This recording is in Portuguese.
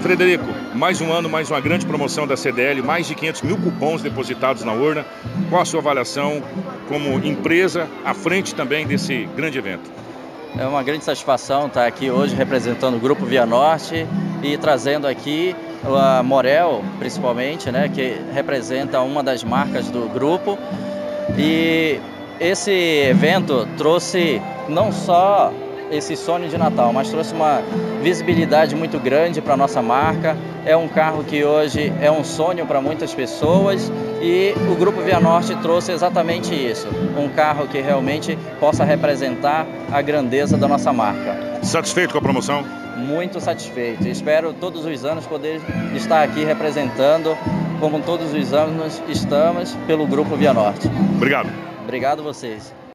Frederico, mais um ano, mais uma grande promoção da CDL, mais de 500 mil cupons depositados na urna. Qual a sua avaliação como empresa à frente também desse grande evento? É uma grande satisfação estar aqui hoje representando o Grupo Vianorte e trazendo aqui a Morel, principalmente, né, que representa uma das marcas do grupo. E esse evento trouxe não só esse sonho de Natal, mas trouxe uma visibilidade muito grande para a nossa marca. É um carro que hoje é um sonho para muitas pessoas e o Grupo Vianorte trouxe exatamente isso, um carro que realmente possa representar a grandeza da nossa marca. Satisfeito com a promoção? Muito satisfeito. Espero todos os anos poder estar aqui representando, como todos os anos estamos, pelo Grupo Vianorte. Obrigado. Obrigado a vocês.